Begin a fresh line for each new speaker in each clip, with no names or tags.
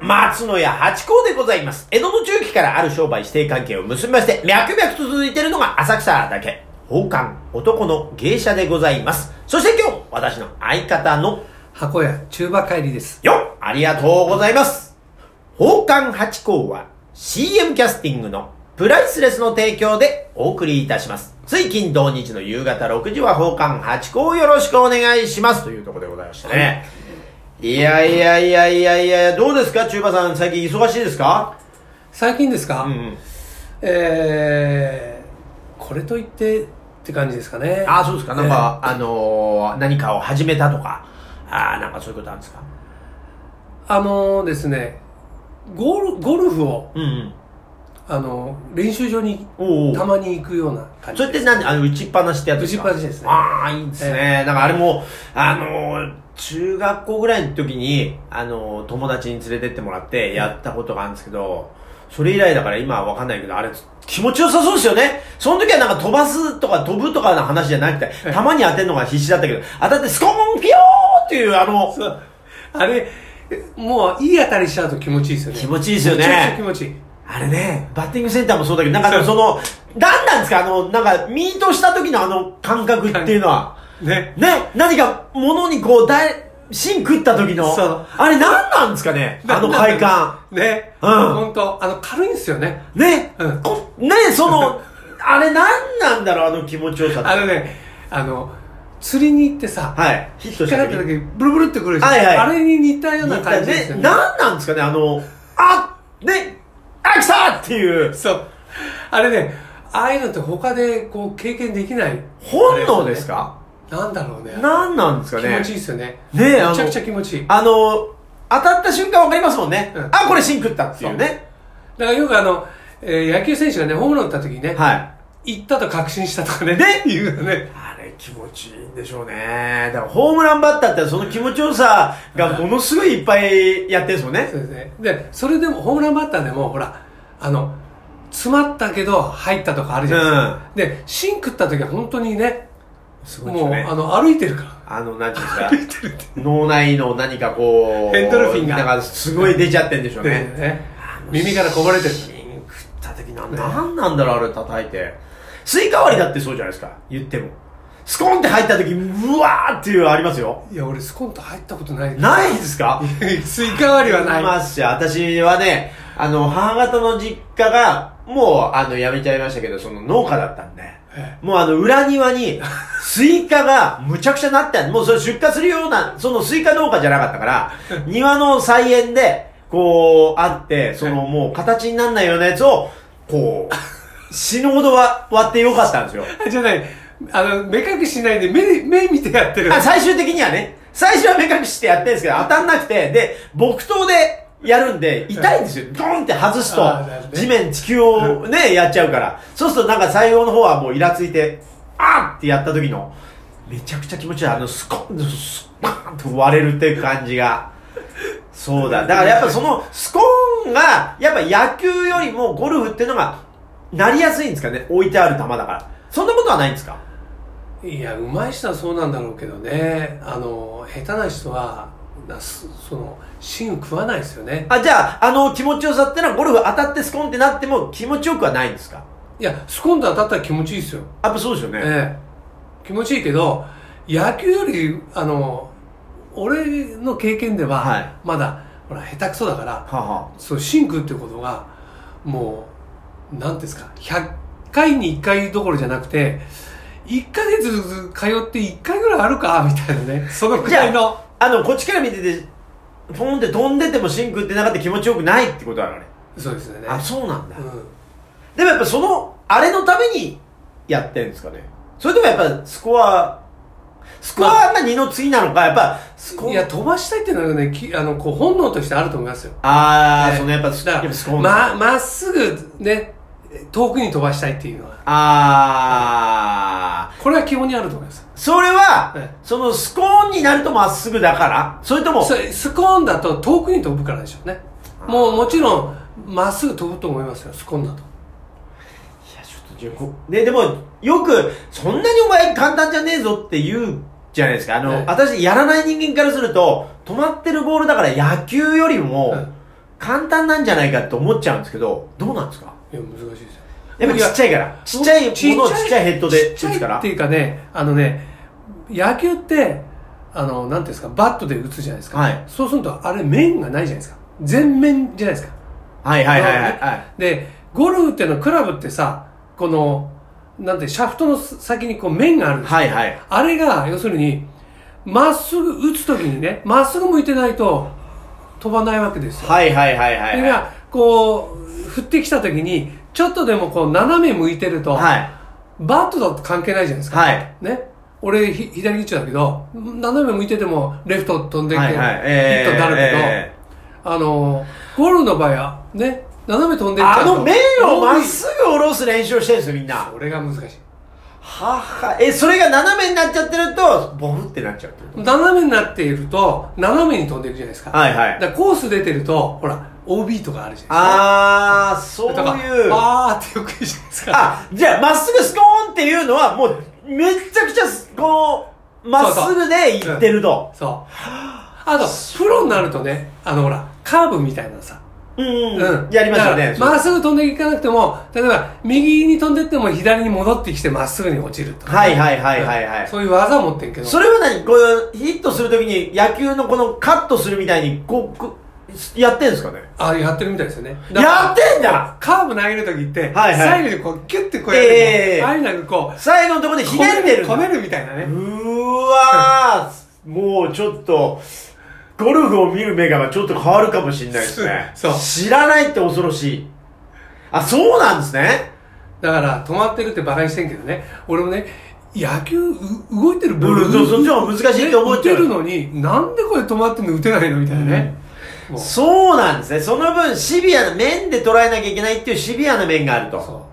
松野屋八甲でございます。江戸の中期からある商売指定関係を結びまして、脈々と続いているのが浅草だけ。宝冠男の芸者でございます。そして今日、私の相方の
箱屋中馬帰りです。
よっ、ありがとうございます。宝冠八甲は CM キャスティングのプライスレスの提供でお送りいたします。水金土日の夕方6時は宝冠八甲をよろしくお願いしますというところでございましたね。いや、どうですか中馬さん、最近忙しいですか？
最近ですか？
うん。
これといって感じですかね。
あ、そうですか。なんか、何かを始めたとか、なんかそういうことあるんですか？
ですね、ゴルフを、
うん
練習場にたまに行くような感じです。
それって何？打ちっぱなしってやつですか？
打ちっぱなしですね。
ああ、いいですね。なんかあれも、中学校ぐらいの時に、友達に連れてってもらってやったことがあるんですけど、それ以来だから今はわかんないけど、あれ気持ちよさそうですよね。その時はなんか飛ばすとか飛ぶとかの話じゃなくて、球に当てるのが必死だったけど、当たってスコーンピヨーっていう
そうあれ、もういい当たりしちゃうと気持ちいいですよね。
気持ちいいですよね。
めちゃくちゃ気持ちいい。
あれね、バッティングセンターもそうだけど、なんか何なんですかなんかミートした時の感覚っていうのは。
ね、
何か物にこう芯食った時の、あれ何なんですかね、快感。
ね、本当軽いんですよね。
ね、あれ何なんだろう、気持ちよさって。
釣りに行ってさ、
ヒットした時
にブルブルってくるでしょ。あれに似たような感じですよね。
何なんですかね、来たっていう。
そう。あれね、ああいうのって他でこう経験できない。
本能ですか？
なんだろうね。
何なんですかね。
気持ちいいですよね。
ね、
めちゃくちゃ気持ちいい。
当たった瞬間わかりますもんね。これ芯食ったっていうね。
だからよく野球選手がね、ホームラン打った時にね、行ったと確信したとかね。いうね。
あれ気持ちいいんでしょうね。だからホームランバッターってその気持ちよさがものすごいいっぱいやってるんですもんね。
そうですね。で、それでもホームランバッターでも、ほら、詰まったけど入ったとかあるじゃないですか。で、芯食った時は本当にね、
すごいですね。
もう、歩いてるから。
何ですか。歩いてるって。脳内の何かこう、
エンドルフィンが。
なんかすごい出ちゃってんでしょうね。
耳からこぼれてる。
芯食った時なんなんだろう、あれ叩いて。スイカ割りだってそうじゃないですか、言っても。スコーンって入った時、うわーっていうありますよ。
いや、俺スコーンって入ったことない。
ないですか？
スイカ割りはない。
いますし、私はね、母方の実家が、もう、辞めちゃいましたけど、その農家だったんで、もう裏庭に、スイカがむちゃくちゃなって、もうそれ出荷するような、そのスイカ農家じゃなかったから、庭の菜園で、こう、あって、もう形にならないようなやつを、こう、死ぬほど割ってよかったんですよ。
じゃない、目隠ししないで目見てやってる。
最終的にはね、最初は目隠してやってるんですけど、当たんなくて、で、木刀でやるんで、痛いんですよ。ドンって外すと、地面、地球をね、やっちゃうから。そうするとなんか最後の方はもうイラついて、ってやった時の、めちゃくちゃ気持ちいい。スコンと、スパーンと割れるっていう感じが。そうだ。だからやっぱその、スコーンが、やっぱ野球よりもゴルフっていうのが、なりやすいんですかね。置いてある球だから。そんなことはないんですか？
いや、上手い人はそうなんだろうけどね。下手な人は、芯食わないですよね。
じゃあ、気持ちよさってのはゴルフ当たってスコンってなっても気持ちよくはないんですか？
いや、スコンと当たったら気持ちいいですよ。
やっぱそうですよね。
気持ちいいけど、野球より、俺の経験では、まだ、ほら、下手くそだから、そう、芯食うってことが、もう、なんですか、100回に1回どころじゃなくて、1ヶ月通って1回ぐらいあるかみたいなね。そのくらいの。
こっちから見てて、ポンって飛んでても芯食ってなかったら気持ちよくないってことなのね。
そうですね。
そうなんだ。でもやっぱあれのためにやってるんですかね。それともやっぱスコアが2の次なのか、やっぱ
いや、飛ばしたいっていうのはね、本能としてあると思いますよ。
やっぱスコア
まっすぐね、遠くに飛ばしたいっていうのは。これは基本にあると思います。
それは、そのスコーンになるとまっすぐだから、それとも
スコーンだと遠くに飛ぶからでしょうね。もちろん、まっすぐ飛ぶと思いますよ、スコーンだと。
いや、ちょっと、でも、よく、そんなにお前簡単じゃねえぞって言うじゃないですか。私、やらない人間からすると、止まってるボールだから野球よりも、 簡単なんじゃないかって思っちゃうんですけど、どうなんですか？
いや、難しいですよ。
やっぱちっちゃいから。ちっちゃいものをちっちゃいヘッドで打つから。
ちっちゃいっていうかね、野球って、なんていうんですか、バットで打つじゃないですか。はい。そうすると、あれ面がないじゃないですか。全面じゃないですか。
はいはいはいはい。
で、ゴルフっていうのはクラブってさ、この、なんて、シャフトの先にこう面があるんですよ。はいはい。あれが、要するに、まっすぐ打つときにね、まっすぐ向いてないと飛ばないわけですよ。
はいはいはいはい。
それが、こう、振ってきたときに、ちょっとでもこう斜め向いてると、はい、バットだと関係ないじゃないですか。はい。ね。俺、左ピッチャーだけど、斜め向いててもレフト飛んできて、ヒットになるけど、ゴルフの場合は、ね、斜め飛んでっちゃうと。
面をまっすぐ下ろす練習をしてるんですよ、みんな。
それが難しい。
はは、それが斜めになっちゃってると、ボフってなっちゃうってこと？
斜めになっていると、斜めに飛んでるじゃないですか。はいはい。だからコース出てると、ほら、OB とかあるじゃないですか。
そういう。
あーってよく言うじゃないですか。
じゃあ、まっすぐスコーンっていうのは、もう、めちゃくちゃ、こう、まっすぐで行ってると。
そう。あと、プロになるとね、ほら、カーブみたいなさ。
うん。やりますよね。
まっすぐ飛んでいかなくても、例えば、右に飛んでっても左に戻ってきてまっすぐに落ちるとか、ね。
はいはいはいはいはい。
そういう技を持ってるけど。
それは何？こう、ヒットするときに野球のこのカットするみたいに、こう、やってんですかね？
やってるみたいですよね。
やってんだ！
カーブ投げるときって、最後にこう、キュッてこうやって、ああいうなんかこう、
最後のところでひねってる。
止めるみたいなね。
わー、もうちょっと、ゴルフを見る目がちょっと変わるかもしれないですね。そう。知らないって恐ろしい。そうなんですね。
だから、止まってるって馬鹿にしてんけどね、俺もね、野球、動いてるボール、
そっちも難しいって思っちゃう。
打てるのに、なんでこれ止まってんの打てないのみたいなね。
そうなんですね。その分、シビアな面で捉えなきゃいけないっていうシビアな面があると。
そう。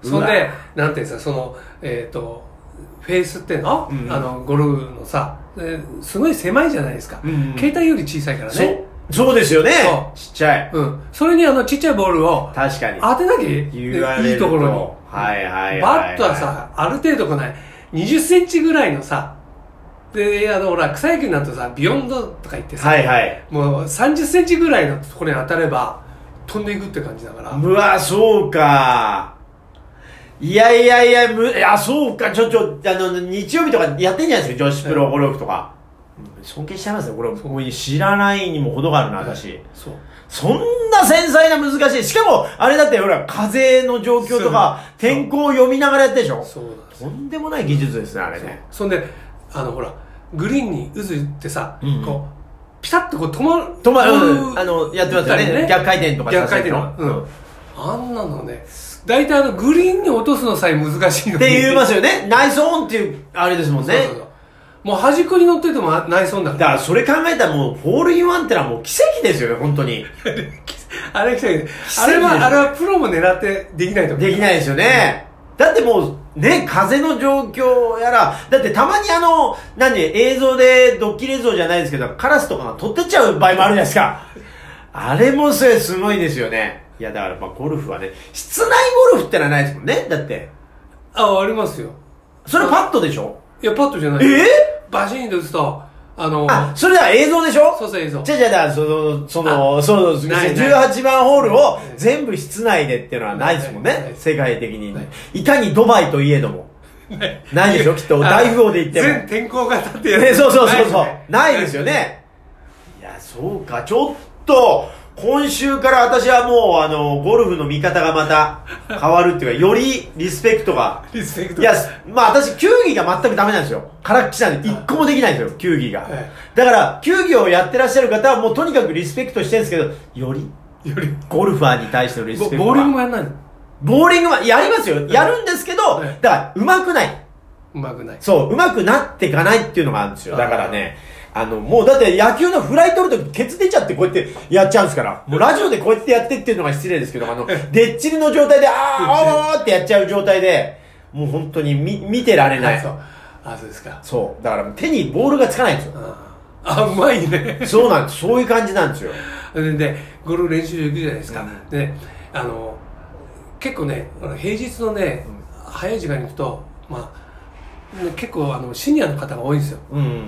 そんで、なんていうんですか、フェイスっていうの、ゴルフのさ、すごい狭いじゃないですか。携帯より小さいからね。
そうですよね。ちっちゃい。
それにちっちゃいボールを
確かに
当てなきゃいいところに。
はいはい。
バットはさ、ある程度こない、20センチぐらいのさ、で、ほら、草野球になるとさ、ビヨンドとか言ってさ、もう30センチぐらいのところに当たれば、飛んでいくって感じだから。
うわ、そうか。いや、そうか、日曜日とかやってんじゃないですか、女子プロゴルフとか。尊敬しちゃいますよ、これ、知らないにも程があるな、私。そう。そんな繊細な難しい。しかも、あれだって、ほら、風の状況とか、天候を読みながらやってるでしょ。そうなんです。とんでもない技術ですね、あれね。
そんで、ほら、グリーンに渦ってさ、こう、ピタッとこう止ま
る。やってますよね。逆回転とか。
逆回転の。あんなのね、大体グリーンに落とすのさえ難しいのに。
って言いますよね。ナイスオンっていう、あれですもんね。そう。
もう端っこに乗っててもナイスオンだから。
だからそれ考えたらもう、ホールインワンってのはもう奇跡ですよね、本当に。
あれ奇跡。あれはプロも狙ってできないと思う。
できないですよね。だってもう、ね、風の状況やら、だってたまに映像で、ドッキリ映像じゃないですけど、カラスとかが取ってっちゃう場合もあるじゃないですか。あれもすごいですよね。いや、だからゴルフはね、室内ゴルフってのはないですもんね、だって。
ありますよ。
それパットでしょ？
いや、パットじゃない。バシーンと打つと、
それでは映像でしょ？
そう映像。
じゃあ、18番ホールを全部室内でっていうのはないですもんね。世界的に。いかにドバイといえども。ないでしょ？きっと大富豪で言っても。
全天候型ってやつ。
そう。ないですよね。いや、そうか。ちょっと、今週から私はもう、ゴルフの見方がまた変わるっていうか、よりリスペクトが。いや、私、球技が全くダメなんですよ。からっきしなんで、一個もできないんですよ、球技が。だから、球技をやってらっしゃる方は、もうとにかくリスペクトしてるんですけど、より、ゴルファーに対してのリスペクトが。
ボーリングもやんないの？
ボーリングは、やりますよ。やるんですけど、だから、上手くない。そう、上手くなっていかないっていうのがあるんですよ。だからね、もうだって野球のフライ取るときケツ出ちゃってこうやってやっちゃうんですから。もうラジオでこうやってやってっていうのが失礼ですけど、でっちりの状態で、あーってやっちゃう状態で、もう本当に見てられない。
そうですか。
そう。だから手にボールがつかないんですよ。
うまいね。
そうなんです。そういう感じなんですよ。
で、ゴルフ練習行くじゃないですか。で、結構ね、平日のね、早い時間に行くと、結構シニアの方が多いんですよ。ね。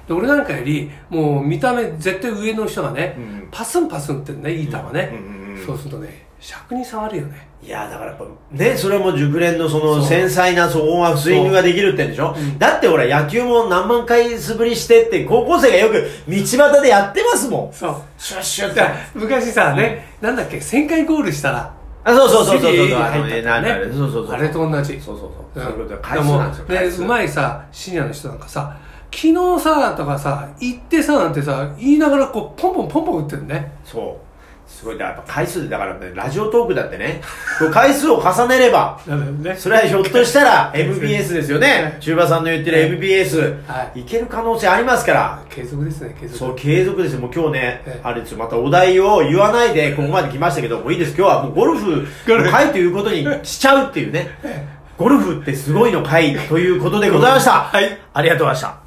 で俺なんかよりもう見た目絶対上の人がね、パスンパスンってね、いい球ね、そうするとね尺に触るよね。
いやだからやっぱね、それも熟練のその繊細な音楽スイングができるって言うんでしょ、だって俺野球も何万回素振りしてって高校生がよく道端でやってますもん。
そう。
シュッシュッって。
昔さね、なんだっけ、1000回ゴールしたら、
そうそうそうそう。
入ったね。
そうそうそう。
あれと同じ。
そうそうそう。そういうこと回数なんですよ。
で、うまいさ、シニアの人なんかさ、昨日さ、とかさ、行ってさ、なんてさ、言いながらこう、ポンポンポンポン打ってるね。
そう。すごい、やっぱ回数で、だからね、ラジオトークだってね、回数を重ねれば、それはひょっとしたら MBS ですよね。中馬さんの言ってる MBS、いける可能性ありますから。
継続ですね、継続。
そう、継続ですよ。もう今日ね、あれですよ、またお題を言わないでここまで来ましたけど、もういいです。今日はもうゴルフの回ということにしちゃうっていうね。ゴルフってすごいの回ということでございました。はい。ありがとうございました。